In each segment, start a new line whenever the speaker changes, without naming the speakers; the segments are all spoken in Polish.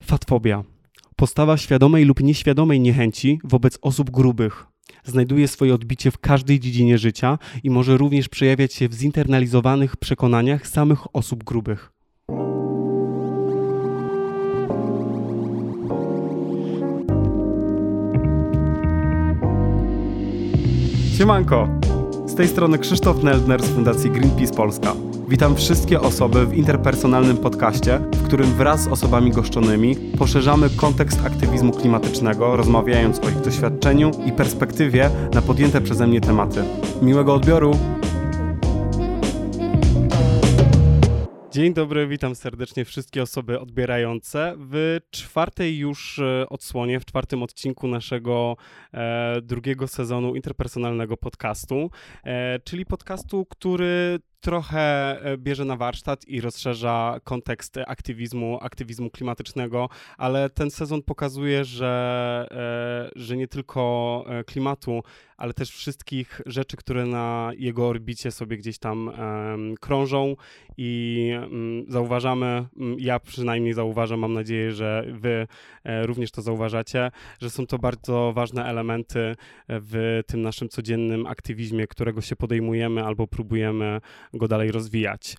Fatfobia. Postawa świadomej lub nieświadomej niechęci wobec osób grubych. Znajduje swoje odbicie w każdej dziedzinie życia i może również przejawiać się w zinternalizowanych przekonaniach samych osób grubych. Siemanko! Z tej strony Krzysztof Neldner z Fundacji Greenpeace Polska. Witam wszystkie osoby w interpersonalnym podcaście, w którym wraz z osobami goszczonymi poszerzamy kontekst aktywizmu klimatycznego, rozmawiając o ich doświadczeniu i perspektywie na podjęte przeze mnie tematy. Miłego odbioru! Dzień dobry, witam serdecznie wszystkie osoby odbierające w czwartej już odsłonie, w czwartym odcinku naszego drugiego sezonu interpersonalnego podcastu, czyli podcastu, który trochę bierze na warsztat i rozszerza kontekst aktywizmu klimatycznego, ale ten sezon pokazuje, że nie tylko klimatu, ale też wszystkich rzeczy, które na jego orbicie sobie gdzieś tam krążą i zauważamy, ja przynajmniej zauważam, mam nadzieję, że wy również to zauważacie, że są to bardzo ważne elementy w tym naszym codziennym aktywizmie, którego się podejmujemy albo próbujemy go dalej rozwijać.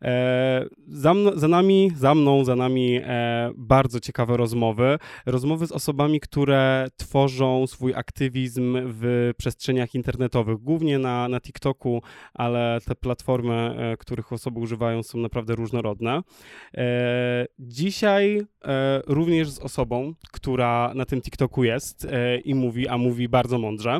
Za nami bardzo ciekawe rozmowy z osobami, które tworzą swój aktywizm w przestrzeniach internetowych, głównie na TikToku, ale te platformy, których osoby używają, są naprawdę różnorodne. Dzisiaj również z osobą, która na tym TikToku jest i mówi bardzo mądrze.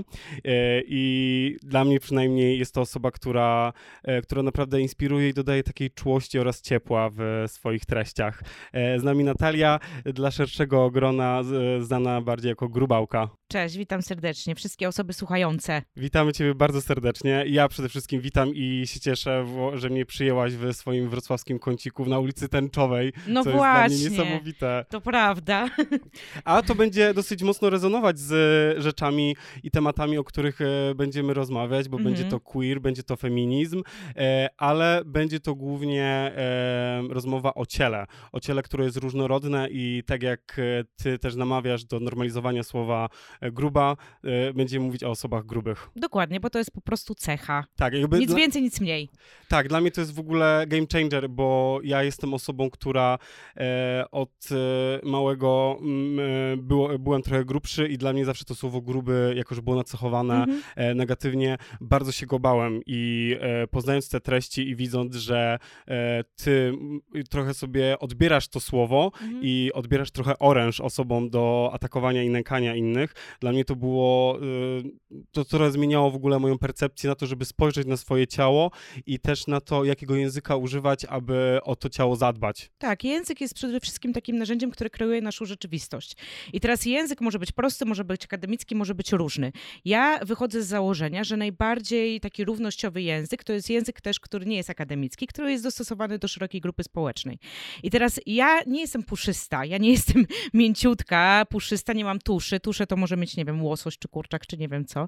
I dla mnie przynajmniej jest to osoba, która naprawdę inspiruje i dodaje takiej czułości oraz ciepła w swoich treściach. Z nami Natalia, dla szerszego grona znana bardziej jako Grubałka.
Cześć, witam serdecznie wszystkie osoby słuchające.
Witamy Ciebie bardzo serdecznie. Ja przede wszystkim witam i się cieszę, że mnie przyjęłaś w swoim wrocławskim kąciku na ulicy Tęczowej,
no
co
właśnie,
jest dla mnie niesamowite.
To prawda.
A to będzie dosyć mocno rezonować z rzeczami i tematami, o których będziemy rozmawiać, bo będzie to queer, będzie to feminizm, ale będzie to głównie rozmowa o ciele, które jest różnorodne i tak jak ty też namawiasz do normalizowania słowa gruba, będziemy mówić o osobach grubych.
Dokładnie, bo to jest po prostu cecha.
Tak,
nic więcej, nic mniej.
Tak, dla mnie to jest w ogóle game changer, bo ja jestem osobą, która od małego byłem trochę grubszy i dla mnie zawsze to słowo gruby, jako że było nacechowane negatywnie, bardzo się go bałem i poznając te treści i widząc, że ty trochę sobie odbierasz to słowo i odbierasz trochę oręż osobom do atakowania i nękania innych, dla mnie to było, to trochę zmieniało w ogóle moją percepcję na to, żeby spojrzeć na swoje ciało i też na to, jakiego języka używać, aby o to ciało zadbać.
Tak, język jest przede wszystkim takim narzędziem, które kreuje naszą rzeczywistość. I teraz język może być prosty, może być akademicki, może być różny. Ja wychodzę z założenia, że najbardziej taki równościowy język to jest język też, który nie jest akademicki, który jest dostosowany do szerokiej grupy społecznej. I teraz ja nie jestem puszysta, ja nie jestem mięciutka, puszysta, nie mam tuszy. Tuszę to może mieć, nie wiem, łosoś czy kurczak, czy nie wiem co,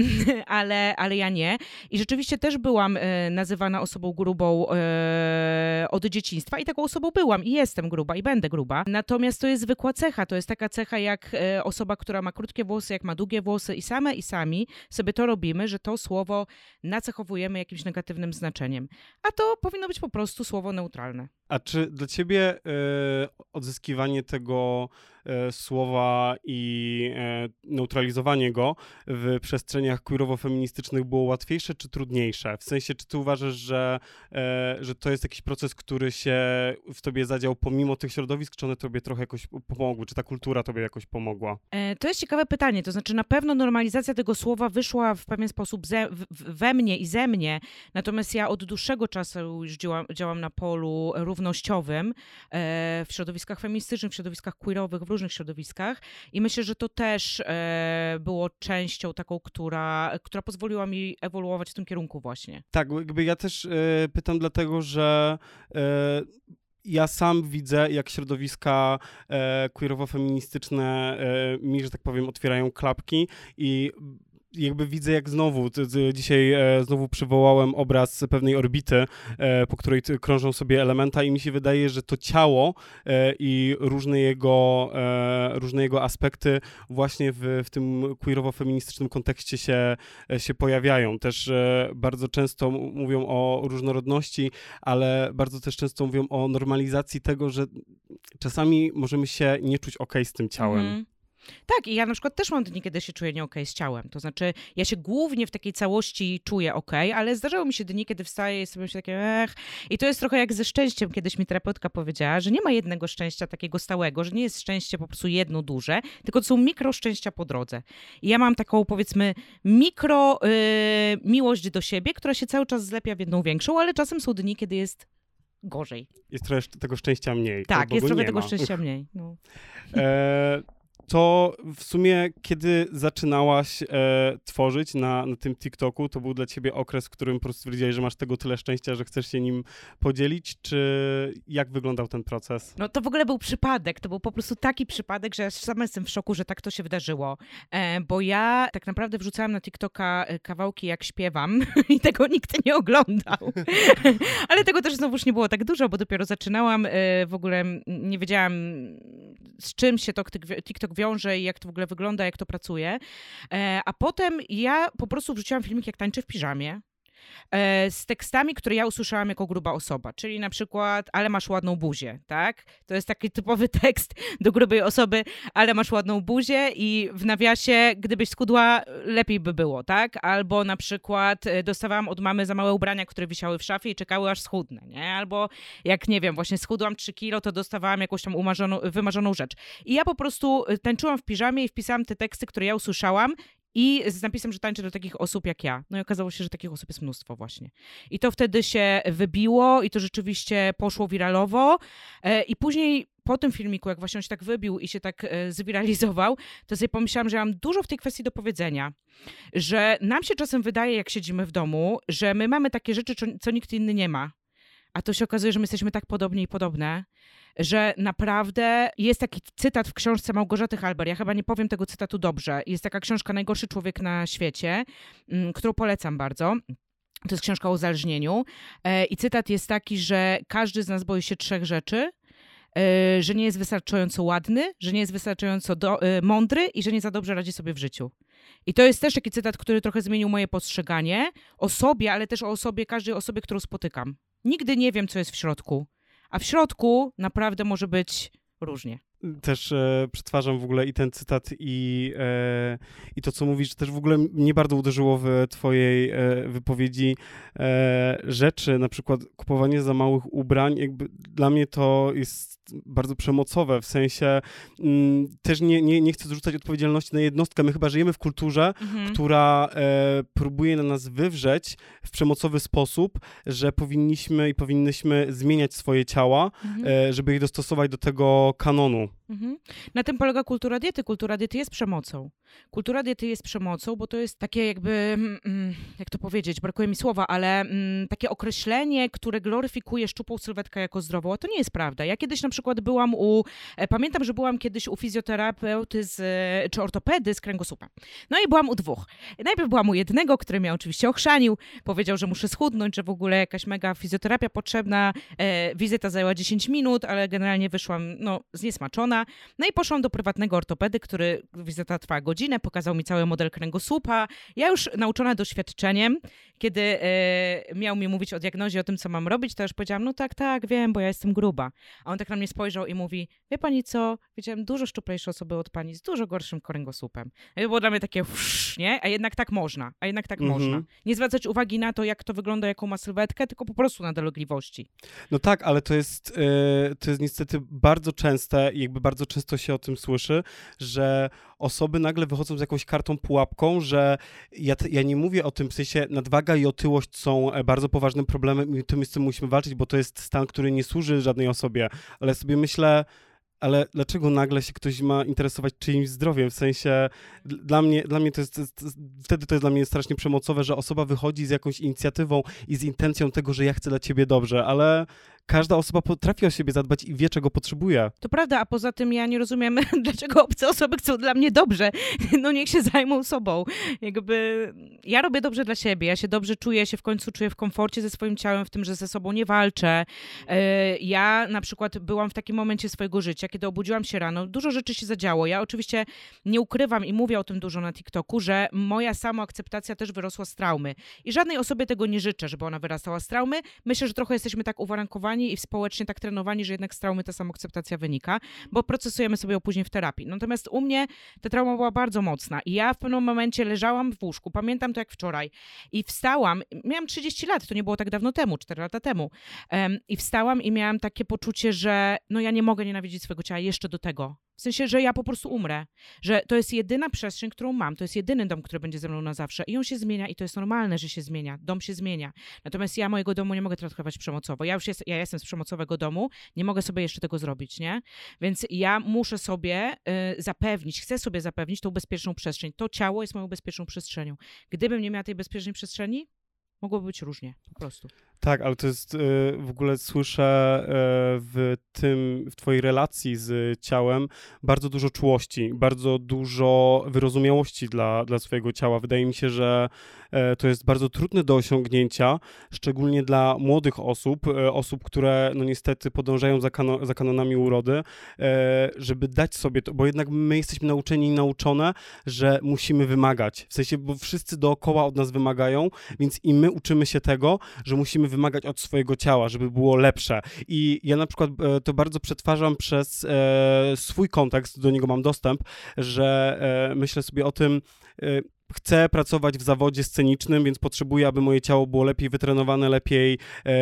ale ja nie. I rzeczywiście też byłam nazywana osobą grubą od dzieciństwa i taką osobą byłam i jestem gruba i będę gruba. Natomiast to jest zwykła cecha, to jest taka cecha jak osoba, która ma krótkie włosy, jak ma długie włosy i sami sobie to robimy, że to słowo nacechowujemy jakimś negatywnym znaczeniem. A to powinno być po prostu słowo neutralne.
A czy dla ciebie odzyskiwanie tego słowa i neutralizowanie go w przestrzeniach queerowo-feministycznych było łatwiejsze czy trudniejsze? W sensie, czy ty uważasz, że to jest jakiś proces, który się w tobie zadział pomimo tych środowisk, czy one tobie trochę jakoś pomogły? Czy ta kultura tobie jakoś pomogła?
To jest ciekawe pytanie. To znaczy na pewno normalizacja tego słowa wyszła w pewien sposób we mnie i ze mnie. Natomiast ja od dłuższego czasu już działam na polu równościowym w środowiskach feministycznych, w środowiskach queerowych, w różnych środowiskach i myślę, że to też było częścią taką, która pozwoliła mi ewoluować w tym kierunku właśnie.
Tak, jakby ja też pytam dlatego, że ja sam widzę, jak środowiska queerowo-feministyczne mi, że tak powiem, otwierają klapki i jakby widzę, jak znowu, dzisiaj znowu przywołałem obraz pewnej orbity, po której krążą sobie elementa i mi się wydaje, że to ciało i różne jego aspekty właśnie w tym queerowo-feministycznym kontekście się pojawiają. Też bardzo często mówią o różnorodności, ale bardzo też często mówią o normalizacji tego, że czasami możemy się nie czuć okej z tym ciałem.
Tak, i ja na przykład też mam dni, kiedy się czuję nie okej z ciałem. To znaczy, ja się głównie w takiej całości czuję okej, ale zdarzało mi się dni, kiedy wstaję i sobie myślę takie I to jest trochę jak ze szczęściem. Kiedyś mi terapeutka powiedziała, że nie ma jednego szczęścia takiego stałego, że nie jest szczęście po prostu jedno duże, tylko to są mikro szczęścia po drodze. I ja mam taką, powiedzmy, mikro miłość do siebie, która się cały czas zlepia w jedną większą, ale czasem są dni, kiedy jest gorzej.
Jest trochę tego szczęścia mniej.
Tak, jest trochę tego szczęścia mniej. No.
To w sumie, kiedy zaczynałaś tworzyć na tym TikToku, to był dla ciebie okres, w którym po prostu stwierdziłaś, że masz tego tyle szczęścia, że chcesz się nim podzielić, czy jak wyglądał ten proces?
No to w ogóle był przypadek, to był po prostu taki przypadek, że ja sama jestem w szoku, że tak to się wydarzyło, bo ja tak naprawdę wrzucałam na TikToka kawałki, jak śpiewam i tego nikt nie oglądał. Ale tego też znowuż nie było tak dużo, bo dopiero zaczynałam, w ogóle nie wiedziałam, z czym się TikTok wiąże i jak to w ogóle wygląda, jak to pracuje. A potem ja po prostu wrzuciłam filmik, jak tańczę w piżamie. Z tekstami, które ja usłyszałam jako gruba osoba, czyli na przykład, ale masz ładną buzię, tak? To jest taki typowy tekst do grubej osoby, ale masz ładną buzię i w nawiasie, gdybyś schudła, lepiej by było, tak? Albo na przykład dostawałam od mamy za małe ubrania, które wisiały w szafie i czekały, aż schudnę, nie? Albo jak, nie wiem, właśnie schudłam 3 kilo, to dostawałam jakąś tam wymarzoną rzecz. I ja po prostu tańczyłam w piżamie i wpisałam te teksty, które ja usłyszałam i z napisem, że tańczę do takich osób jak ja. No i okazało się, że takich osób jest mnóstwo właśnie. I to wtedy się wybiło i to rzeczywiście poszło wiralowo. I później po tym filmiku, jak właśnie on się tak wybił i się tak zwiralizował, to sobie pomyślałam, że ja mam dużo w tej kwestii do powiedzenia. Że nam się czasem wydaje, jak siedzimy w domu, że my mamy takie rzeczy, co nikt inny nie ma. A to się okazuje, że my jesteśmy tak podobni i podobne, że naprawdę jest taki cytat w książce Małgorzaty Halber, ja chyba nie powiem tego cytatu dobrze, jest taka książka Najgorszy człowiek na świecie, którą polecam bardzo. To jest książka o uzależnieniu i cytat jest taki, że każdy z nas boi się 3 rzeczy, że nie jest wystarczająco ładny, że nie jest wystarczająco mądry i że nie za dobrze radzi sobie w życiu. I to jest też taki cytat, który trochę zmienił moje postrzeganie o sobie, ale też o osobie, każdej osobie, którą spotykam. Nigdy nie wiem, co jest w środku. A w środku naprawdę może być różnie.
Też przetwarzam w ogóle i ten cytat i to, co mówisz, też w ogóle mnie bardzo uderzyło w twojej wypowiedzi rzeczy, na przykład kupowanie za małych ubrań, jakby dla mnie to jest bardzo przemocowe, w sensie też nie chcę zrzucać odpowiedzialności na jednostkę. My chyba żyjemy w kulturze, która próbuje na nas wywrzeć w przemocowy sposób, że powinniśmy i powinnyśmy zmieniać swoje ciała, żeby je dostosować do tego kanonu.
Na tym polega kultura diety. Kultura diety jest przemocą. Kultura diety jest przemocą, bo to jest takie jakby, jak to powiedzieć, brakuje mi słowa, ale takie określenie, które gloryfikuje szczupłą sylwetkę jako zdrową, a to nie jest prawda. Ja kiedyś na przykład pamiętam, że byłam kiedyś u fizjoterapeuty czy ortopedy z kręgosłupa. No i byłam u 2. Najpierw byłam u jednego, który mnie oczywiście ochrzanił, powiedział, że muszę schudnąć, że w ogóle jakaś mega fizjoterapia potrzebna. Wizyta zajęła 10 minut, ale generalnie wyszłam zniesmaczona. No i poszłam do prywatnego ortopedy, wizyta trwała godzinę, pokazał mi cały model kręgosłupa. Ja już nauczona doświadczeniem, kiedy miał mi mówić o diagnozie, o tym, co mam robić, to już powiedziałam, no tak, wiem, bo ja jestem gruba. A on tak na mnie spojrzał i mówi, wie pani co, widziałem dużo szczuplejsze osoby od pani z dużo gorszym kręgosłupem. No i było dla mnie takie, nie? A jednak tak można. Nie zwracać uwagi na to, jak to wygląda, jaką ma sylwetkę, tylko po prostu na dolegliwości.
No tak, ale to jest niestety bardzo częste i jakby bardzo często się o tym słyszy, że osoby nagle wychodzą z jakąś kartą pułapką, że ja nie mówię o tym, w sensie nadwaga i otyłość są bardzo poważnym problemem i z tym musimy walczyć, bo to jest stan, który nie służy żadnej osobie, ale sobie myślę, ale dlaczego nagle się ktoś ma interesować czyimś zdrowiem? W sensie dla mnie to jest wtedy to jest dla mnie strasznie przemocowe, że osoba wychodzi z jakąś inicjatywą i z intencją tego, że ja chcę dla ciebie dobrze, ale każda osoba potrafi o siebie zadbać i wie, czego potrzebuje.
To prawda, a poza tym ja nie rozumiem, dlaczego obce osoby chcą dla mnie dobrze. No niech się zajmą sobą. Jakby ja robię dobrze dla siebie, ja się dobrze czuję, ja się w końcu czuję w komforcie ze swoim ciałem, w tym, że ze sobą nie walczę. Ja na przykład byłam w takim momencie swojego życia, kiedy obudziłam się rano, dużo rzeczy się zadziało. Ja oczywiście nie ukrywam i mówię o tym dużo na TikToku, że moja samoakceptacja też wyrosła z traumy. I żadnej osobie tego nie życzę, żeby ona wyrastała z traumy. Myślę, że trochę jesteśmy tak uwarunkowani i społecznie tak trenowani, że jednak z traumy ta samoakceptacja wynika, bo procesujemy sobie ją później w terapii. Natomiast u mnie ta trauma była bardzo mocna i ja w pewnym momencie leżałam w łóżku, pamiętam to jak wczoraj i wstałam, miałam 30 lat, to nie było tak dawno temu, 4 lata temu i wstałam i miałam takie poczucie, że no ja nie mogę nienawidzić swojego ciała jeszcze do tego. W sensie, że ja po prostu umrę, że to jest jedyna przestrzeń, którą mam, to jest jedyny dom, który będzie ze mną na zawsze i on się zmienia i to jest normalne, że się zmienia, dom się zmienia. Natomiast ja mojego domu nie mogę traktować przemocowo. Ja jestem z przemocowego domu, nie mogę sobie jeszcze tego zrobić, nie? Więc ja muszę sobie chcę sobie zapewnić tą bezpieczną przestrzeń. To ciało jest moją bezpieczną przestrzenią. Gdybym nie miała tej bezpiecznej przestrzeni, mogłoby być różnie, po prostu.
Tak, ale to jest, w ogóle słyszę w twojej relacji z ciałem bardzo dużo czułości, bardzo dużo wyrozumiałości dla swojego ciała. Wydaje mi się, że to jest bardzo trudne do osiągnięcia, szczególnie dla młodych osób, które no niestety podążają za kanonami urody, żeby dać sobie to, bo jednak my jesteśmy nauczeni i nauczone, że musimy wymagać. W sensie, bo wszyscy dookoła od nas wymagają, więc i my uczymy się tego, że musimy wymagać od swojego ciała, żeby było lepsze. I ja na przykład to bardzo przetwarzam przez swój kontekst, do niego mam dostęp, że myślę sobie o tym, chcę pracować w zawodzie scenicznym, więc potrzebuję, aby moje ciało było lepiej wytrenowane, lepiej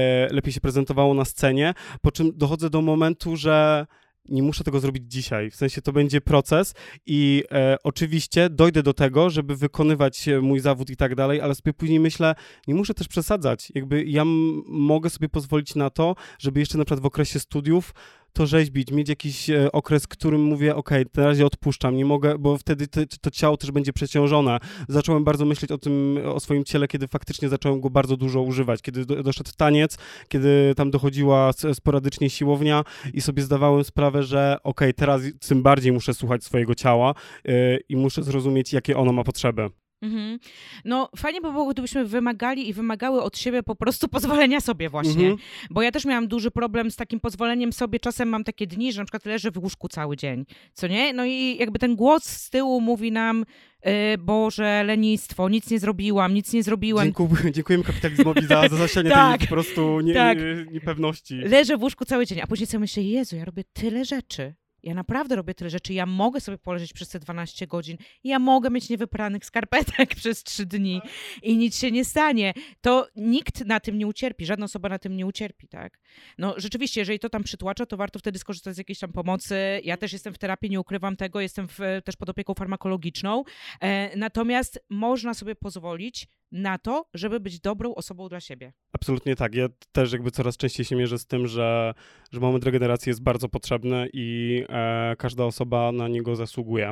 się prezentowało na scenie, po czym dochodzę do momentu, że nie muszę tego zrobić dzisiaj, w sensie to będzie proces i oczywiście dojdę do tego, żeby wykonywać mój zawód i tak dalej, ale sobie później myślę, nie muszę też przesadzać, jakby ja mogę sobie pozwolić na to, żeby jeszcze na przykład w okresie studiów to rzeźbić, mieć jakiś okres, w którym mówię, okej, na razie odpuszczam, nie mogę, bo wtedy to ciało też będzie przeciążone. Zacząłem bardzo myśleć o swoim ciele, kiedy faktycznie zacząłem go bardzo dużo używać, kiedy doszedł taniec, kiedy tam dochodziła sporadycznie siłownia i sobie zdawałem sprawę, że teraz tym bardziej muszę słuchać swojego ciała i muszę zrozumieć, jakie ono ma potrzeby.
Mhm. No fajnie by było, gdybyśmy wymagali i wymagały od siebie po prostu pozwolenia sobie właśnie, bo ja też miałam duży problem z takim pozwoleniem sobie, czasem mam takie dni, że na przykład leżę w łóżku cały dzień, co nie? No i jakby ten głos z tyłu mówi nam, Boże, lenistwo, nic nie zrobiłem.
Dziękujemy kapitalizmowi za zasianie tej po prostu niepewności.
Leżę w łóżku cały dzień, a później sobie myślę, Jezu, ja robię tyle rzeczy. Ja naprawdę robię tyle rzeczy, ja mogę sobie poleżeć przez te 12 godzin, ja mogę mieć niewypranych skarpetek przez 3 dni i nic się nie stanie. To nikt na tym nie ucierpi, żadna osoba na tym nie ucierpi, tak? No rzeczywiście, jeżeli to tam przytłacza, to warto wtedy skorzystać z jakiejś tam pomocy. Ja też jestem w terapii, nie ukrywam tego, jestem też pod opieką farmakologiczną, natomiast można sobie pozwolić na to, żeby być dobrą osobą dla siebie.
Absolutnie tak. Ja też jakby coraz częściej się mierzę z tym, że moment regeneracji jest bardzo potrzebny i każda osoba na niego zasługuje.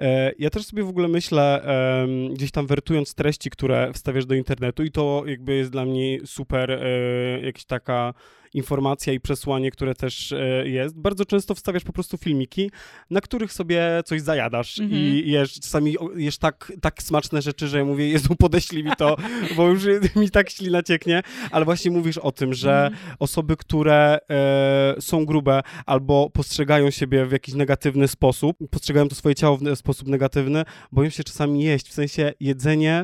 Ja też sobie w ogóle myślę, gdzieś tam wertując treści, które wstawiasz do internetu i to jakby jest dla mnie super jakaś taka informacja i przesłanie, które też jest. Bardzo często wstawiasz po prostu filmiki, na których sobie coś zajadasz i czasami jesz tak smaczne rzeczy, że ja mówię, Jezu, podeślij mi to, bo już mi tak ślina cieknie, ale właśnie mówisz o tym, że osoby, które są grube albo postrzegają siebie w jakiś negatywny sposób, postrzegają to swoje ciało w sposób negatywny, boją się czasami jeść, w sensie jedzenie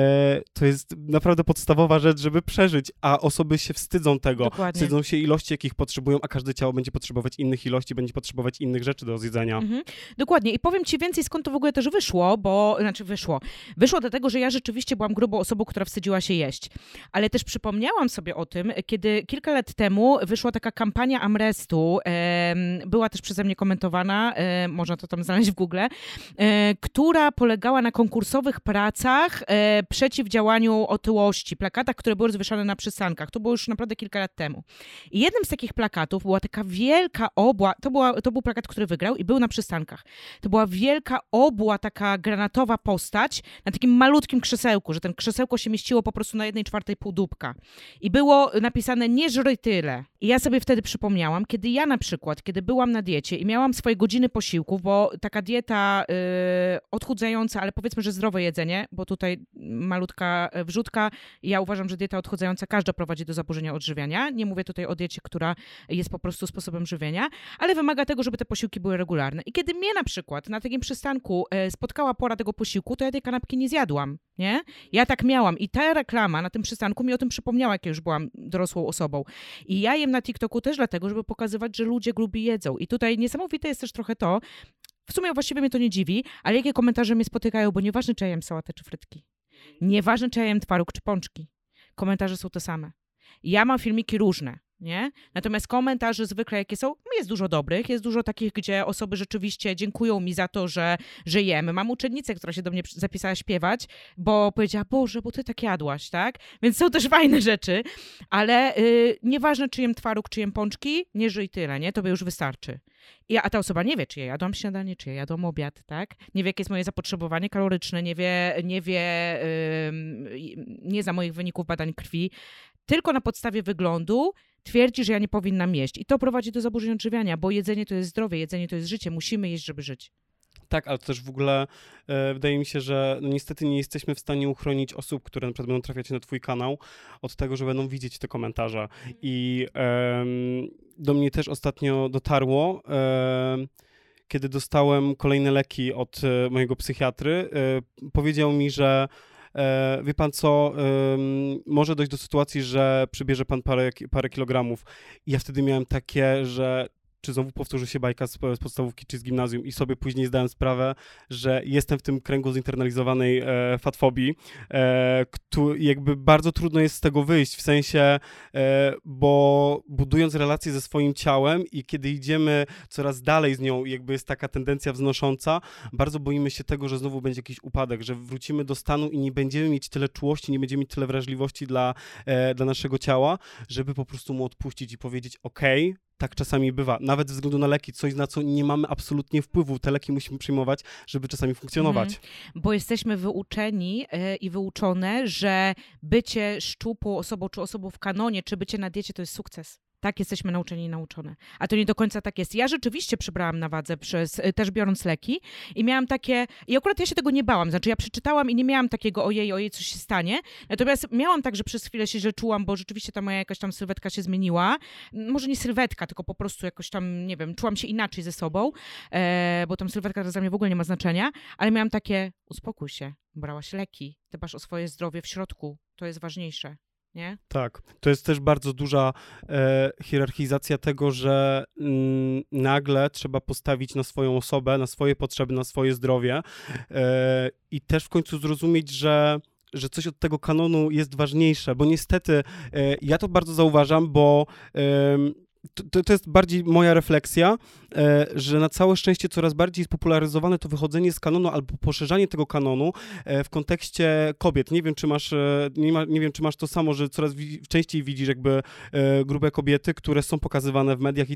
to jest naprawdę podstawowa rzecz, żeby przeżyć, a osoby się wstydzą tego.
Dokładnie.
Wstydzą się ilości, jakich potrzebują, a każde ciało będzie potrzebować innych ilości, będzie potrzebować innych rzeczy do zjedzenia.
Dokładnie. I powiem ci więcej, skąd to w ogóle też wyszło, Wyszło dlatego, że ja rzeczywiście byłam grubą osobą, która wstydziła się jeść. Ale też przypomniałam sobie o tym, kiedy kilka lat temu wyszła taka kampania Amrestu, była też przeze mnie komentowana, można to tam znaleźć w Google, która polegała na konkursowych pracach przeciw działaniu otyłości, plakatach, które były rozwieszane na przystankach. To było już naprawdę kilka lat temu. I jednym z takich plakatów była taka wielka to był plakat, który wygrał i był na przystankach. To była wielka obła, taka granatowa postać na takim malutkim krzesełku, że ten krzesełko się mieściło po prostu na 1/4 półdubka. I było napisane nie żryj tyle. I ja sobie wtedy przypomniałam, kiedy ja na przykład, kiedy byłam na diecie i miałam swoje godziny posiłków, bo taka dieta odchudzająca, ale powiedzmy, że zdrowe jedzenie, bo tutaj malutka wrzutka, ja uważam, że dieta odchudzająca każda prowadzi do zaburzenia odżywiania. Nie mówię tutaj o diecie, która jest po prostu sposobem żywienia, ale wymaga tego, żeby te posiłki były regularne. I kiedy mnie na przykład na takim przystanku spotkała pora tego posiłku, to ja tej kanapki nie zjadłam, nie? Ja tak miałam i ta reklama na tym przystanku mi o tym przypomniała, jak ja już byłam dorosłą osobą. I ja jem na TikToku też dlatego, żeby pokazywać, że ludzie grubi jedzą. I tutaj niesamowite jest też trochę to, w sumie właściwie mnie to nie dziwi, ale jakie komentarze mnie spotykają, bo nieważne, czy ja jem sałatę czy frytki. Nieważne, czy ja jem twaróg czy pączki. Komentarze są te same. Ja mam filmiki różne, nie? Natomiast komentarze zwykle jakie są, jest dużo dobrych, jest dużo takich, gdzie osoby rzeczywiście dziękują mi za to, że jem. Mam uczennicę, która się do mnie zapisała śpiewać, bo powiedziała, Boże, bo ty tak jadłaś, tak? Więc są też fajne rzeczy, ale nieważne, czy jem twaróg, czy jem pączki, nie żyj tyle, nie? Tobie już wystarczy. A ta osoba nie wie, czy ja jadłam śniadanie, czy ja jadłam obiad, tak? Nie wie, jakie jest moje zapotrzebowanie kaloryczne, nie zna moich wyników badań krwi. Tylko na podstawie wyglądu twierdzi, że ja nie powinnam jeść. I to prowadzi do zaburzeń odżywiania, bo jedzenie to jest zdrowie, jedzenie to jest życie. Musimy jeść, żeby żyć.
Tak, ale to też w ogóle wydaje mi się, że no niestety nie jesteśmy w stanie uchronić osób, które na przykład będą trafiać na twój kanał, od tego, że będą widzieć te komentarze. I do mnie też ostatnio dotarło, kiedy dostałem kolejne leki od mojego psychiatry, powiedział mi, że wie pan co, może dojść do sytuacji, że przybierze pan parę kilogramów. I ja wtedy miałem takie, że czy znowu powtórzy się bajka z podstawówki czy z gimnazjum i sobie później zdałem sprawę, że jestem w tym kręgu zinternalizowanej fatfobii, jakby bardzo trudno jest z tego wyjść, w sensie, bo budując relacje ze swoim ciałem i kiedy idziemy coraz dalej z nią, jakby jest taka tendencja wznosząca, bardzo boimy się tego, że znowu będzie jakiś upadek, że wrócimy do stanu i nie będziemy mieć tyle czułości, nie będziemy mieć tyle wrażliwości dla naszego ciała, żeby po prostu mu odpuścić i powiedzieć, okej, tak czasami bywa, nawet ze względu na leki, coś na co nie mamy absolutnie wpływu. Te leki musimy przyjmować, żeby czasami funkcjonować.
Bo jesteśmy wyuczeni i wyuczone, że bycie szczupłą osobą, czy osobą w kanonie, czy bycie na diecie to jest sukces. Tak jesteśmy nauczeni i nauczone. A to nie do końca tak jest. Ja rzeczywiście przybrałam na wadze, też biorąc leki i miałam takie, i akurat ja się tego nie bałam, znaczy ja przeczytałam i nie miałam takiego ojej, coś się stanie, natomiast miałam tak, że przez chwilę się źle czułam, bo rzeczywiście ta moja jakaś tam sylwetka się zmieniła, może nie sylwetka, tylko po prostu jakoś tam, nie wiem, czułam się inaczej ze sobą, bo tam sylwetka dla mnie w ogóle nie ma znaczenia, ale miałam takie, uspokój się, brałaś leki, dbasz o swoje zdrowie w środku, to jest ważniejsze. Nie?
Tak, to jest też bardzo duża hierarchizacja tego, że nagle trzeba postawić na swoją osobę, na swoje potrzeby, na swoje zdrowie i też w końcu zrozumieć, że coś od tego kanonu jest ważniejsze, bo niestety ja to bardzo zauważam, bo to jest bardziej moja refleksja, że na całe szczęście coraz bardziej jest popularyzowane to wychodzenie z kanonu albo poszerzanie tego kanonu w kontekście kobiet. Nie wiem, czy masz to samo, że coraz częściej widzisz jakby grube kobiety, które są pokazywane w mediach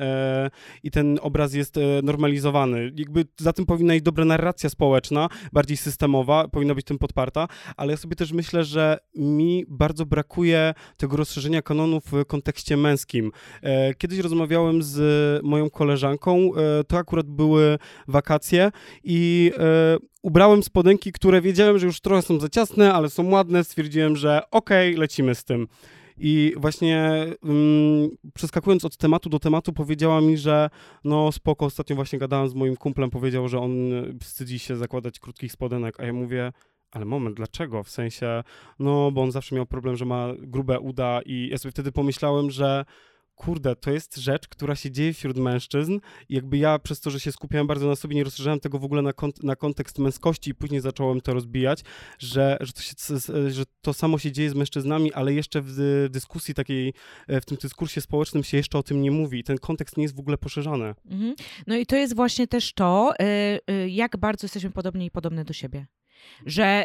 i ten obraz jest normalizowany. Jakby za tym powinna iść dobra narracja społeczna, bardziej systemowa, powinna być tym podparta, ale ja sobie też myślę, że mi bardzo brakuje tego rozszerzenia kanonu w kontekście męskim. Kiedyś rozmawiałem z moją koleżanką, to akurat były wakacje i ubrałem spodenki, które wiedziałem, że już trochę są za ciasne, ale są ładne, stwierdziłem, że okej, lecimy z tym. I właśnie przeskakując od tematu do tematu powiedziała mi, że no spoko, ostatnio właśnie gadałem z moim kumplem, powiedział, że on wstydzi się zakładać krótkich spodenek, a ja mówię, ale moment, dlaczego? W sensie, no bo on zawsze miał problem, że ma grube uda i ja sobie wtedy pomyślałem, że kurde, to jest rzecz, która się dzieje wśród mężczyzn i jakby ja przez to, że się skupiałem bardzo na sobie, nie rozszerzałem tego w ogóle na kontekst męskości i później zacząłem to rozbijać, że to samo się dzieje z mężczyznami, ale jeszcze w dyskusji takiej, w tym dyskursie społecznym się jeszcze o tym nie mówi i ten kontekst nie jest w ogóle poszerzany.
No i to jest właśnie też to, jak bardzo jesteśmy podobni i podobne do siebie. że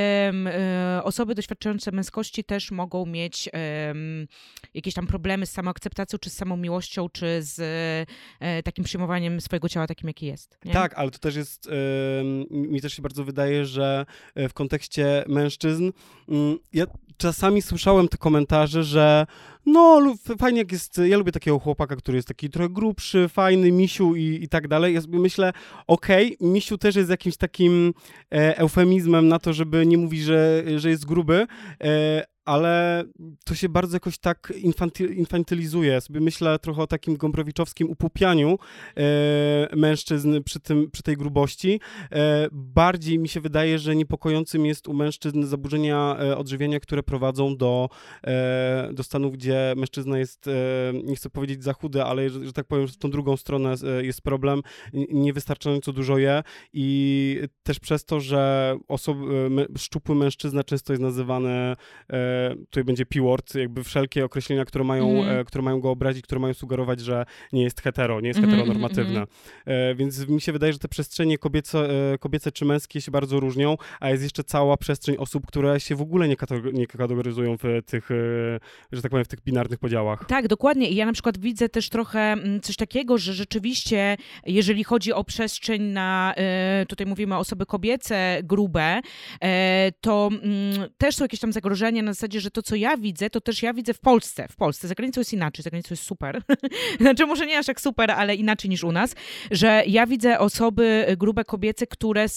osoby doświadczające męskości też mogą mieć jakieś tam problemy z samoakceptacją, czy z samomiłością, czy z takim przyjmowaniem swojego ciała takim, jaki jest. Nie?
Tak, ale to też jest, mi też się bardzo wydaje, że w kontekście mężczyzn, ja czasami słyszałem te komentarze, że no fajnie jak jest, ja lubię takiego chłopaka, który jest taki trochę grubszy, fajny, misiu i tak dalej. Ja sobie myślę, okej, misiu też jest jakimś takim eufemizmem na to, żeby nie mówić, że jest gruby, ale to się bardzo jakoś tak infantylizuje. Ja sobie myślę trochę o takim gombrowiczowskim upupianiu mężczyzn przy tej grubości. Bardziej mi się wydaje, że niepokojącym jest u mężczyzn zaburzenia odżywiania, które prowadzą do stanów, gdzie mężczyzna jest, nie chcę powiedzieć za chudy, ale że tak powiem, w tą drugą stronę jest problem, niewystarczająco dużo je i też przez to, że szczupły mężczyzna często jest nazywany tutaj będzie P-word, jakby wszelkie określenia, które mają go obrazić, które mają sugerować, że nie jest heteronormatywne. Więc mi się wydaje, że te przestrzenie kobiece czy męskie się bardzo różnią, a jest jeszcze cała przestrzeń osób, które się w ogóle nie kategoryzują w tych, że tak powiem, w tych binarnych podziałach.
Tak, dokładnie. I ja na przykład widzę też trochę coś takiego, że rzeczywiście, jeżeli chodzi o przestrzeń na, tutaj mówimy o osoby kobiece, grube, to też są jakieś tam zagrożenia na zasadzie, że to, co ja widzę, to też ja widzę w Polsce. Za granicą jest inaczej, za granicą jest super. Znaczy może nie aż jak super, ale inaczej niż u nas, że ja widzę osoby grube kobiece,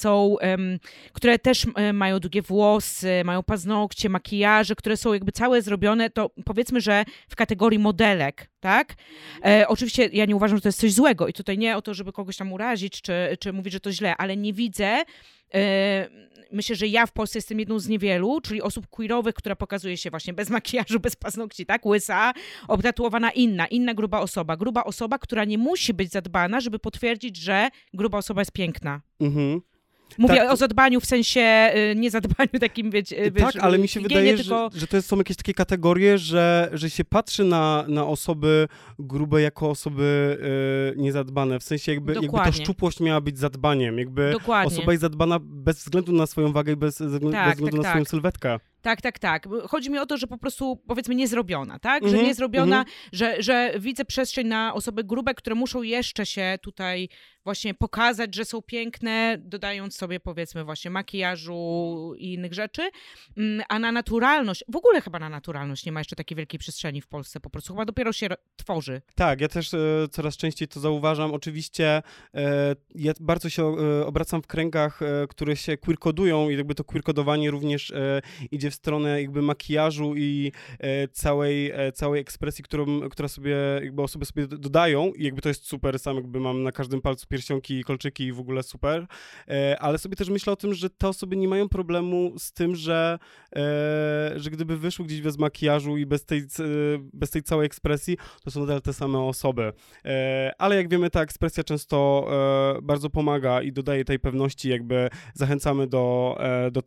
które też mają długie włosy, mają paznokcie, makijaże, które są jakby całe zrobione, to powiedzmy, że w kategorii modelek, tak? Oczywiście ja nie uważam, że to jest coś złego i tutaj nie o to, żeby kogoś tam urazić, czy mówić, że to źle, ale nie widzę. Myślę, że ja w Polsce jestem jedną z niewielu, czyli osób queerowych, która pokazuje się właśnie bez makijażu, bez paznokci, tak? Łysa, obtatuowana inna gruba osoba. Gruba osoba, która nie musi być zadbana, żeby potwierdzić, że gruba osoba jest piękna. Mhm. Mówię o zadbaniu w sensie niezadbaniu takim, wiecie...
Tak, ale mi się wydaje,
tylko...
że to są jakieś takie kategorie, że się patrzy na osoby grube jako osoby niezadbane. W sensie jakby ta szczupłość miała być zadbaniem. Jakby osoba jest zadbana bez względu na swoją wagę i bez względu na swoją sylwetkę.
Tak. Chodzi mi o to, że po prostu, powiedzmy, niezrobiona, tak? Że niezrobiona, że widzę przestrzeń na osoby grube, które muszą jeszcze się tutaj właśnie pokazać, że są piękne, dodając sobie, powiedzmy, właśnie makijażu i innych rzeczy, a na naturalność, w ogóle chyba na naturalność nie ma jeszcze takiej wielkiej przestrzeni w Polsce, po prostu chyba dopiero się tworzy.
Tak, ja też coraz częściej to zauważam. Oczywiście ja bardzo się obracam w kręgach, które się queerkodują i jakby to queerkodowanie również idzie w stronę jakby makijażu i całej ekspresji, która sobie, jakby osoby sobie dodają i jakby to jest super, sam jakby mam na każdym palcu pierścionki i kolczyki i w ogóle super, ale sobie też myślę o tym, że te osoby nie mają problemu z tym, że gdyby wyszły gdzieś bez makijażu i bez tej całej ekspresji, to są nadal te same osoby. Ale jak wiemy, ta ekspresja często bardzo pomaga i dodaje tej pewności, jakby zachęcamy do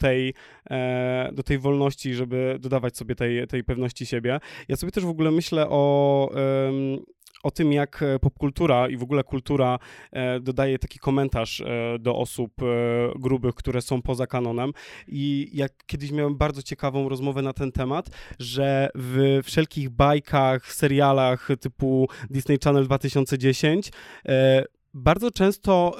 tej wolności, żeby dodawać sobie tej pewności siebie. Ja sobie też w ogóle myślę o tym, jak popkultura i w ogóle kultura dodaje taki komentarz do osób grubych, które są poza kanonem. I jak kiedyś miałem bardzo ciekawą rozmowę na ten temat, że w wszelkich bajkach, serialach typu Disney Channel 2010 bardzo często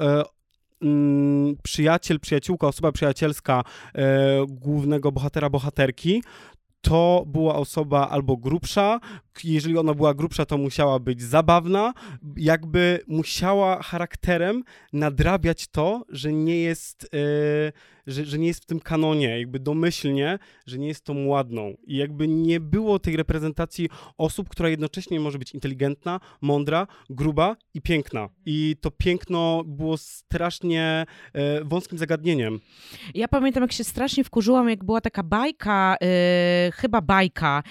przyjaciel, przyjaciółka, osoba przyjacielska głównego bohatera, bohaterki, to była osoba albo grubsza, jeżeli ona była grubsza, to musiała być zabawna, jakby musiała charakterem nadrabiać to, że nie jest, że nie jest w tym kanonie, jakby domyślnie, że nie jest tą ładną. I jakby nie było tej reprezentacji osób, która jednocześnie może być inteligentna, mądra, gruba i piękna. I to piękno było strasznie wąskim zagadnieniem.
Ja pamiętam, jak się strasznie wkurzyłam, jak była taka bajka, chyba bajka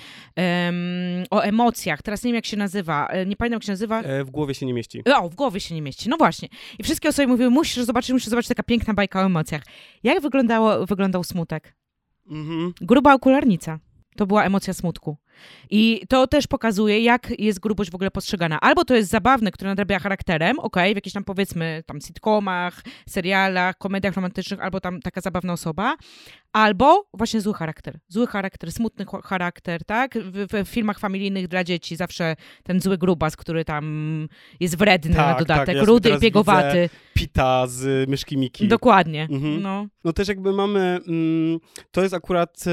o emocjach. Teraz nie wiem, jak się nazywa. Nie pamiętam, jak się nazywa.
W głowie się nie mieści.
W głowie się nie mieści. No właśnie. I wszystkie osoby mówiły, musisz zobaczyć taka piękna bajka o emocjach. Jak wyglądał smutek? Gruba okularnica. To była emocja smutku. I to też pokazuje, jak jest grubość w ogóle postrzegana. Albo to jest zabawne, które nadrabia charakterem, w jakichś tam powiedzmy tam sitcomach, serialach, komediach romantycznych, albo tam taka zabawna osoba, albo właśnie zły charakter, smutny charakter, tak? W filmach familijnych dla dzieci zawsze ten zły grubas, który tam jest wredny na dodatek,
ja
rudy i biegowaty.
Pita z Myszki Miki.
Dokładnie.
No też jakby mamy, to jest akurat,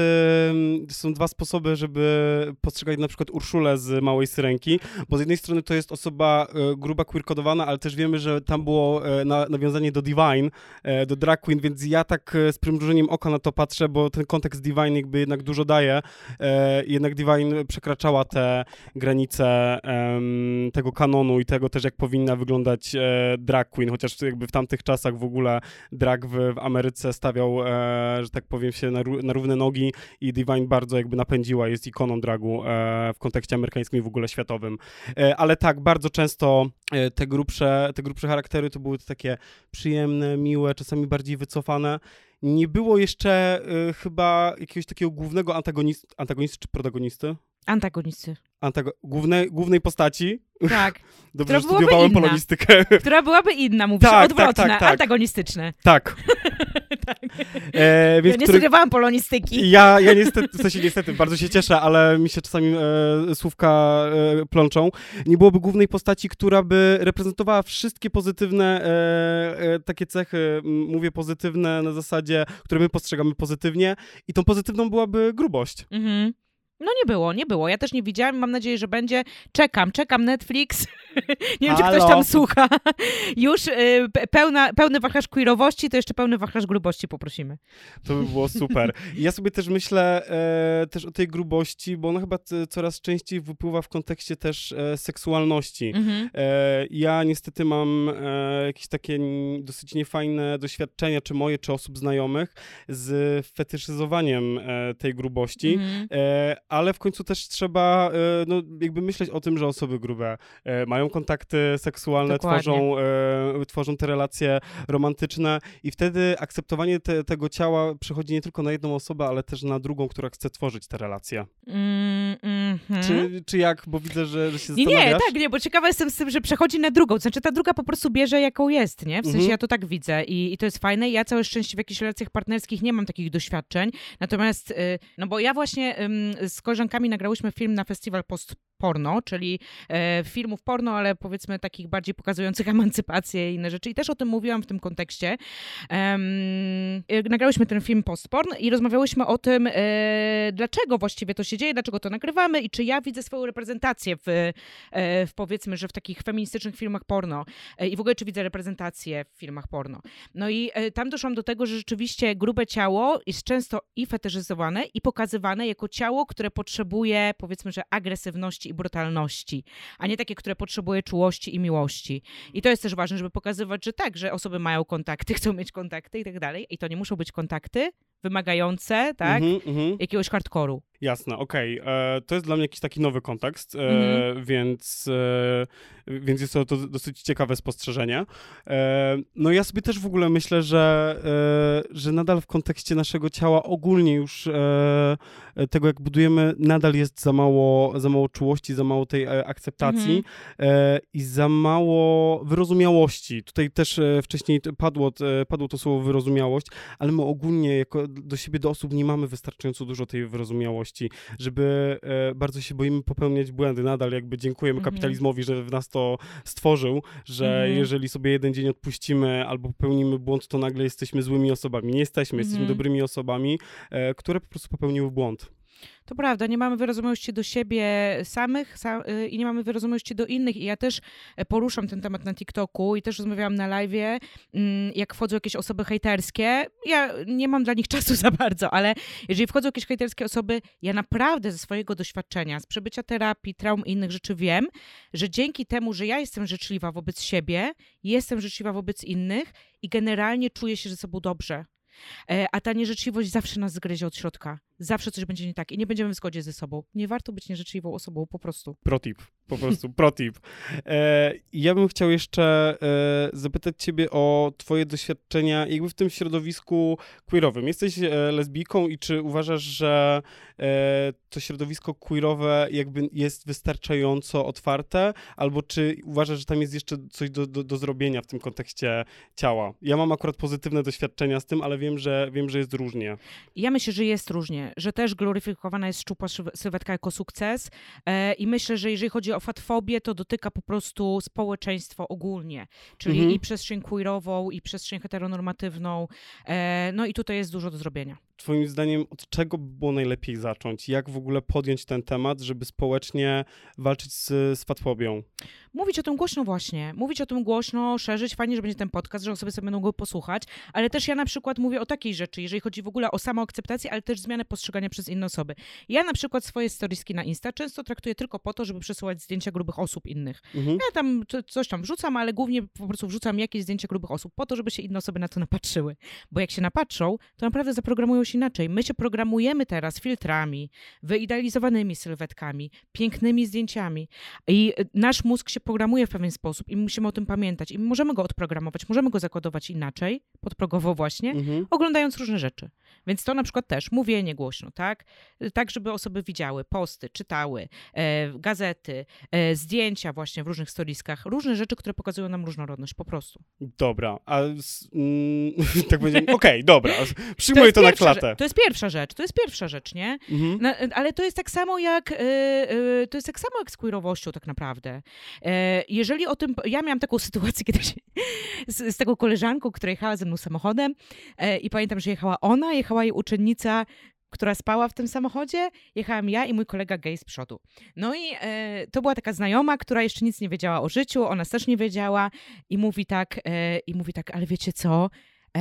są dwa sposoby, żeby postrzegać na przykład Urszulę z Małej Syrenki, bo z jednej strony to jest osoba gruba, queer-kodowana, ale też wiemy, że tam było nawiązanie do Divine, do drag queen, więc ja tak z przymrużeniem oka na to patrzę, bo ten kontekst Divine jakby jednak dużo daje. Jednak Divine przekraczała te granice tego kanonu i tego też, jak powinna wyglądać drag queen, chociaż jakby w tamtych czasach w ogóle drag w Ameryce stawiał, że tak powiem, się na równe nogi i Divine bardzo jakby napędziła, jest ikoną dragu w kontekście amerykańskim i w ogóle światowym. Ale tak, bardzo często te grubsze charaktery to były to takie przyjemne, miłe, czasami bardziej wycofane. Nie było jeszcze chyba jakiegoś takiego głównego antagonisty czy protagonisty?
Antagonisty.
Głównej postaci.
Tak.
Dobrze, że studiowałem polonistykę.
Która byłaby inna, mówisz, odwrotna, tak. Antagonistyczne.
Tak.
Tak.
Więc
ja nie studiowałam polonistyki.
Ja niestety, bardzo się cieszę, ale mi się czasami słówka plączą. Nie byłoby głównej postaci, która by reprezentowała wszystkie pozytywne takie cechy, mówię pozytywne na zasadzie, które my postrzegamy pozytywnie i tą pozytywną byłaby grubość.
Mhm. No nie było. Ja też nie widziałam. Mam nadzieję, że będzie. Czekam Netflix. Nie wiem, czy ktoś tam słucha. Już pełny wachlarz queerowości, to jeszcze pełny wachlarz grubości poprosimy.
To by było super. I ja sobie też myślę też o tej grubości, bo ona chyba coraz częściej wypływa w kontekście też seksualności. Ja niestety mam jakieś takie dosyć niefajne doświadczenia, czy moje, czy osób znajomych, z fetyszyzowaniem tej grubości. Ale w końcu też trzeba jakby myśleć o tym, że osoby grube mają kontakty seksualne, tworzą te relacje romantyczne i wtedy akceptowanie tego ciała przechodzi nie tylko na jedną osobę, ale też na drugą, która chce tworzyć te relacje. Czy jak? Bo widzę, że się zastanawiasz.
Nie, bo ciekawa jestem z tym, że przechodzi na drugą. Znaczy ta druga po prostu bierze, jaką jest, nie? W sensie ja to tak widzę i to jest fajne. Ja całe szczęście w jakichś relacjach partnerskich nie mam takich doświadczeń. Natomiast, no bo ja właśnie z koleżankami nagrałyśmy film na festiwal porno, czyli filmów porno, ale powiedzmy takich bardziej pokazujących emancypację i inne rzeczy. I też o tym mówiłam w tym kontekście. Nagrałyśmy ten film post-porn i rozmawiałyśmy o tym, dlaczego właściwie to się dzieje, dlaczego to nagrywamy i czy ja widzę swoją reprezentację w powiedzmy, że w takich feministycznych filmach porno i w ogóle czy widzę reprezentację w filmach porno. No i tam doszłam do tego, że rzeczywiście grube ciało jest często i fetyszyzowane i pokazywane jako ciało, które potrzebuje, powiedzmy, że agresywności i brutalności, a nie takie, które potrzebuje czułości i miłości. I to jest też ważne, żeby pokazywać, że tak, że osoby mają kontakty, chcą mieć kontakty i tak dalej. I to nie muszą być kontakty wymagające, tak, jakiegoś hardkoru.
Jasne, okej. To jest dla mnie jakiś taki nowy kontekst, więc jest to dosyć ciekawe spostrzeżenie. No ja sobie też w ogóle myślę, że nadal w kontekście naszego ciała ogólnie już tego, jak budujemy, nadal jest za mało czułości, za mało tej akceptacji i za mało wyrozumiałości. Tutaj też wcześniej padło to słowo wyrozumiałość, ale my ogólnie jako do siebie, do osób nie mamy wystarczająco dużo tej wyrozumiałości, żeby bardzo się boimy popełniać błędy. Nadal jakby dziękujemy kapitalizmowi, że w nas to stworzył, że jeżeli sobie jeden dzień odpuścimy albo popełnimy błąd, to nagle jesteśmy złymi osobami. Nie jesteśmy dobrymi osobami, które po prostu popełniły błąd.
To prawda, nie mamy wyrozumiałości do siebie samych i nie mamy wyrozumiałości do innych. I ja też poruszam ten temat na TikToku i też rozmawiałam na live'ie, jak wchodzą jakieś osoby hejterskie. Ja nie mam dla nich czasu za bardzo, ale jeżeli wchodzą jakieś hejterskie osoby, ja naprawdę ze swojego doświadczenia, z przebycia terapii, traum i innych rzeczy wiem, że dzięki temu, że ja jestem życzliwa wobec siebie, jestem życzliwa wobec innych i generalnie czuję się ze sobą dobrze. A ta nieżyczliwość zawsze nas zgryzie od środka. zawsze coś będzie nie tak i nie będziemy w zgodzie ze sobą. Nie warto być nieżyczliwą osobą, po prostu.
Protip, po prostu protip. Ja bym chciał jeszcze zapytać ciebie o twoje doświadczenia jakby w tym środowisku queerowym. Jesteś lesbijką i czy uważasz, że to środowisko queerowe jakby jest wystarczająco otwarte, albo czy uważasz, że tam jest jeszcze coś do zrobienia w tym kontekście ciała? Ja mam akurat pozytywne doświadczenia z tym, ale wiem, że jest różnie.
Ja myślę, że jest różnie, że też gloryfikowana jest szczupła sylwetka jako sukces i myślę, że jeżeli chodzi o fatfobię, to dotyka po prostu społeczeństwo ogólnie, czyli i przestrzeń queerową, i przestrzeń heteronormatywną, no i tutaj jest dużo do zrobienia.
Twoim zdaniem od czego by było najlepiej zacząć? Jak w ogóle podjąć ten temat, żeby społecznie walczyć z fatfobią?
Mówić o tym głośno właśnie, mówić o tym głośno, szerzyć, fajnie, że będzie ten podcast, że osoby sobie będą go posłuchać, ale też ja na przykład mówię o takiej rzeczy, jeżeli chodzi w ogóle o samoakceptację, ale też zmianę postrzegania przez inne osoby. Ja na przykład swoje storieski na Insta często traktuję tylko po to, żeby przesyłać zdjęcia grubych osób innych. Ja tam coś tam wrzucam, ale głównie po prostu wrzucam jakieś zdjęcia grubych osób po to, żeby się inne osoby na to napatrzyły. Bo jak się napatrzą, to naprawdę zaprogramują się inaczej. My się programujemy teraz filtrami, wyidealizowanymi sylwetkami, pięknymi zdjęciami i nasz mózg się programuje w pewien sposób i musimy o tym pamiętać. I możemy go odprogramować, możemy go zakodować inaczej, podprogowo właśnie, oglądając różne rzeczy. Więc to na przykład też mówienie głośno, tak? Tak, żeby osoby widziały, posty, czytały, gazety, zdjęcia właśnie w różnych storiskach, różne rzeczy, które pokazują nam różnorodność po prostu.
Dobra, tak będzie, okej, dobra, przyjmuję to na klatę.
To jest pierwsza rzecz, nie? No, ale to jest tak samo jak z queerowością tak naprawdę. Jeżeli o tym, ja miałam taką sytuację kiedyś z taką koleżanką, która jechała ze mną samochodem i pamiętam, że jechała jej uczennica, która spała w tym samochodzie, jechałam ja i mój kolega gej z przodu. No i to była taka znajoma, która jeszcze nic nie wiedziała o życiu, ona też nie wiedziała i mówi tak, ale wiecie co,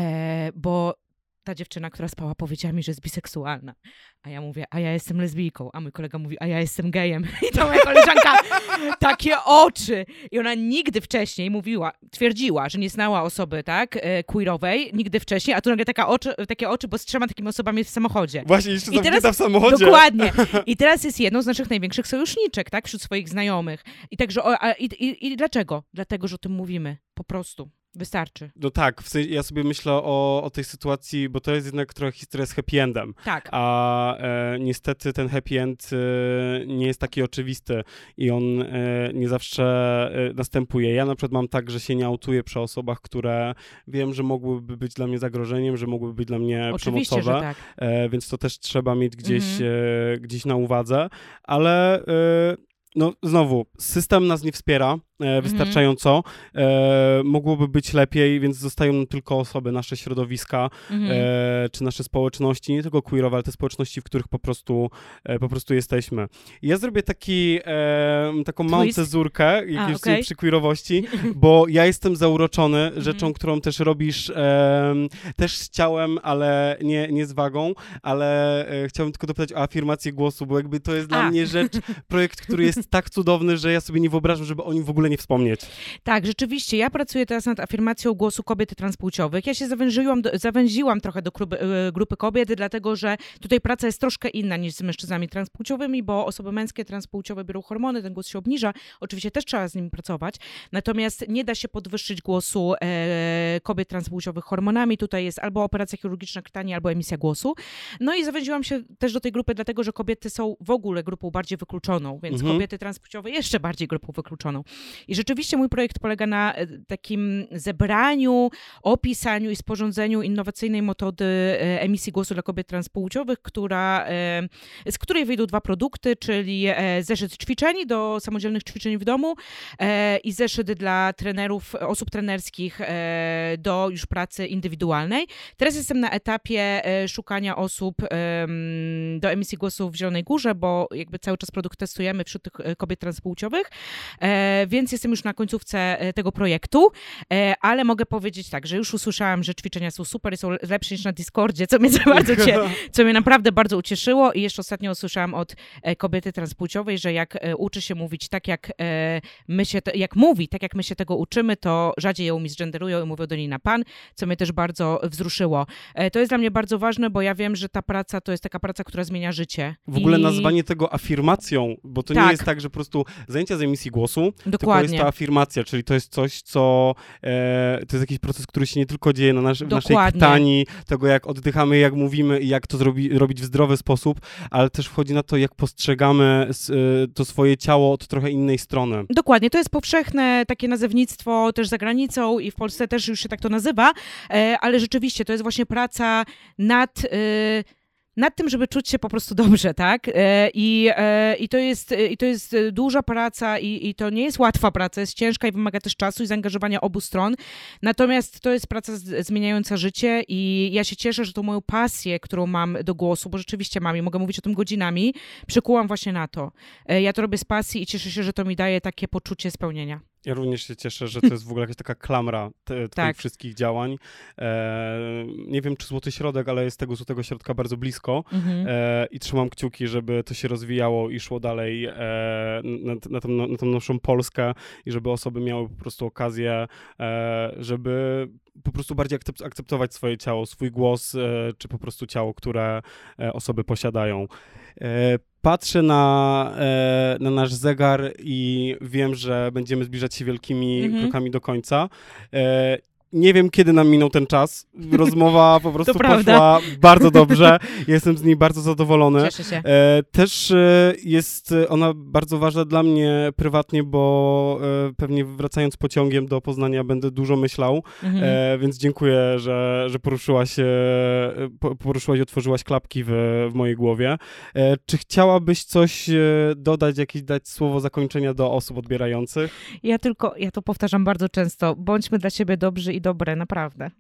bo ta dziewczyna, która spała, powiedziała mi, że jest biseksualna. A ja mówię, a ja jestem lesbijką. A mój kolega mówi, a ja jestem gejem. I to moja koleżanka, takie oczy. I ona nigdy wcześniej twierdziła, że nie znała osoby, tak, queerowej, nigdy wcześniej, a tu nagle takie oczy, bo z 3 takimi osobami jest w samochodzie.
Właśnie, jeszcze zamknięta w samochodzie.
Dokładnie. I teraz jest jedną z naszych największych sojuszniczek, tak, wśród swoich znajomych. I także, i dlaczego? Dlatego, że o tym mówimy. Po prostu. Wystarczy.
No tak, w sensie ja sobie myślę o tej sytuacji, bo to jest jednak trochę historia z happy endem.
Tak.
A niestety ten happy end nie jest taki oczywisty i on nie zawsze następuje. Ja na przykład mam tak, że się nie autuję przy osobach, które wiem, że mogłyby być dla mnie zagrożeniem, że mogłyby być dla mnie
oczywiście,
przemocowe.
że tak.
Więc to też trzeba mieć gdzieś na uwadze, ale no znowu, system nas nie wspiera wystarczająco, mogłoby być lepiej, więc zostają nam tylko osoby, nasze środowiska, czy nasze społeczności, nie tylko queerowe, ale te społeczności, w których po prostu jesteśmy. I ja zrobię taką małą cezurkę przy queerowości, bo ja jestem zauroczony rzeczą, którą też robisz, też z ciałem, ale nie z wagą, ale chciałbym tylko dopytać o afirmację głosu, bo jakby to jest dla mnie projekt, który jest tak cudowny, że ja sobie nie wyobrażam, żeby o nim w ogóle nie wspomnieć.
Tak, rzeczywiście. Ja pracuję teraz nad afirmacją głosu kobiet transpłciowych. Ja się zawęziłam trochę do grupy kobiet, dlatego że tutaj praca jest troszkę inna niż z mężczyznami transpłciowymi, bo osoby męskie transpłciowe biorą hormony, ten głos się obniża. Oczywiście też trzeba z nimi pracować, natomiast nie da się podwyższyć głosu kobiet transpłciowych hormonami. Tutaj jest albo operacja chirurgiczna krtani, albo emisja głosu. No i zawęziłam się też do tej grupy, dlatego że kobiety są w ogóle grupą bardziej wykluczoną, więc kobiety transpłciowe jeszcze bardziej grupą wykluczoną. I rzeczywiście mój projekt polega na takim zebraniu, opisaniu i sporządzeniu innowacyjnej metody emisji głosu dla kobiet transpłciowych, z której wyjdą 2 produkty, czyli zeszyt ćwiczeń do samodzielnych ćwiczeń w domu i zeszyt dla trenerów, osób trenerskich do już pracy indywidualnej. Teraz jestem na etapie szukania osób do emisji głosu w Zielonej Górze, bo jakby cały czas produkt testujemy wśród tych kobiet transpłciowych, więc jestem już na końcówce tego projektu, ale mogę powiedzieć tak, że już usłyszałam, że ćwiczenia są super, są lepsze niż na Discordzie, co mnie naprawdę bardzo ucieszyło i jeszcze ostatnio usłyszałam od kobiety transpłciowej, że jak uczy się mówić tak, jak my się tego uczymy, to rzadziej ją misgenderują i mówią do niej na pan, co mnie też bardzo wzruszyło. To jest dla mnie bardzo ważne, bo ja wiem, że ta praca to jest taka praca, która zmienia życie.
W ogóle nazwanie tego afirmacją, bo to nie jest tak, że po prostu zajęcia z emisji głosu, tylko jest to afirmacja, czyli to jest coś, co to jest jakiś proces, który się nie tylko dzieje w naszej krtani, tego jak oddychamy, jak mówimy i jak to robić w zdrowy sposób, ale też wchodzi na to, jak postrzegamy to swoje ciało od trochę innej strony.
Dokładnie, to jest powszechne takie nazewnictwo też za granicą i w Polsce też już się tak to nazywa, ale rzeczywiście to jest właśnie praca nad tym, żeby czuć się po prostu dobrze, tak? I to jest duża praca i to nie jest łatwa praca, jest ciężka i wymaga też czasu i zaangażowania obu stron. Natomiast to jest praca zmieniająca życie i ja się cieszę, że tą moją pasję, którą mam do głosu, bo rzeczywiście mam i mogę mówić o tym godzinami, przykułam właśnie na to. Ja to robię z pasji i cieszę się, że to mi daje takie poczucie spełnienia.
Ja również się cieszę, że to jest w ogóle jakaś taka klamra twoich wszystkich działań. Nie wiem, czy złoty środek, ale jest tego złotego środka bardzo blisko i trzymam kciuki, żeby to się rozwijało i szło dalej na tą naszą Polskę i żeby osoby miały po prostu okazję, żeby po prostu bardziej akceptować swoje ciało, swój głos, czy po prostu ciało, które osoby posiadają. Patrzę na nasz zegar i wiem, że będziemy zbliżać się wielkimi krokami do końca. Nie wiem, kiedy nam minął ten czas. Rozmowa po prostu poszła bardzo dobrze. Jestem z niej bardzo zadowolony.
Cieszę się.
Też jest ona bardzo ważna dla mnie prywatnie, bo pewnie wracając pociągiem do Poznania będę dużo myślał, więc dziękuję, że poruszyłaś i otworzyłaś klapki w mojej głowie. Czy chciałabyś coś dodać, dać słowo zakończenia do osób odbierających?
Ja to powtarzam bardzo często. Bądźmy dla siebie dobrzy i dobre, naprawdę.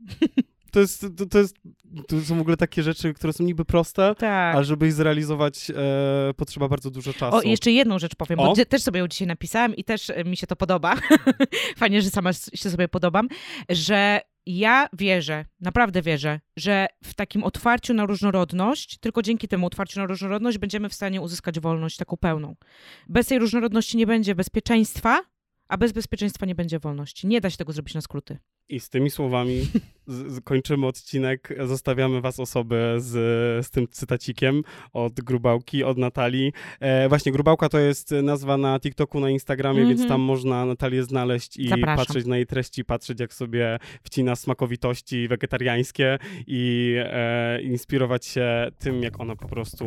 To są w ogóle takie rzeczy, które są niby proste, a żeby ich zrealizować potrzeba bardzo dużo czasu.
O, i jeszcze jedną rzecz powiem, bo też sobie ją dzisiaj napisałam i też mi się to podoba. Fajnie, że sama się sobie podobam, że ja wierzę, naprawdę wierzę, że w takim otwarciu na różnorodność, tylko dzięki temu otwarciu na różnorodność będziemy w stanie uzyskać wolność taką pełną. Bez tej różnorodności nie będzie bezpieczeństwa, a bez bezpieczeństwa nie będzie wolności. Nie da się tego zrobić na skróty.
I z tymi słowami kończymy odcinek. Zostawiamy was osoby z tym cytacikiem od Grubałki, od Natalii. Właśnie Grubałka to jest nazwa na TikToku, na Instagramie, więc tam można Natalię znaleźć i patrzeć na jej treści, patrzeć jak sobie wcina smakowitości wegetariańskie i inspirować się tym, jak ona po prostu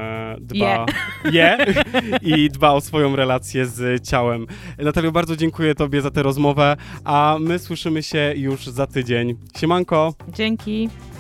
i dba o swoją relację z ciałem. Natalio, bardzo dziękuję tobie za tę rozmowę, a my słyszymy się już za tydzień. Siemanko!
Dzięki!